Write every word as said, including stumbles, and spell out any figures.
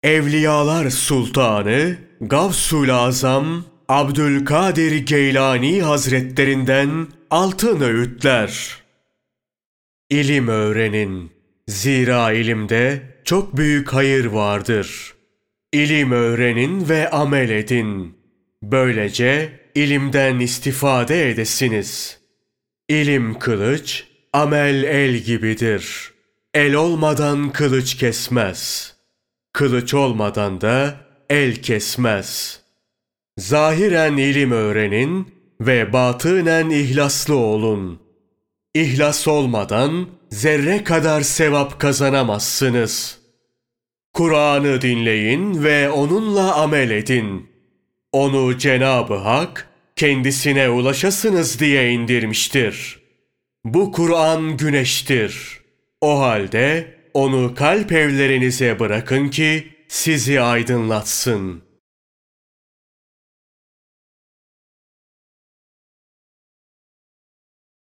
Evliyalar Sultanı Gavsul Azam Abdülkadir Geylani Hazretlerinden altın öğütler. İlim öğrenin. Zira ilimde çok büyük hayır vardır. İlim öğrenin ve amel edin. Böylece ilimden istifade edesiniz. İlim kılıç, amel el gibidir. El olmadan kılıç kesmez. Kılıç olmadan da el kesmez. Zahiren ilim öğrenin ve batınen ihlaslı olun. İhlas olmadan zerre kadar sevap kazanamazsınız. Kur'an'ı dinleyin ve onunla amel edin. Onu Cenab-ı Hak kendisine ulaşasınız diye indirmiştir. Bu Kur'an güneştir. O halde onu kalp evlerinize bırakın ki sizi aydınlatsın.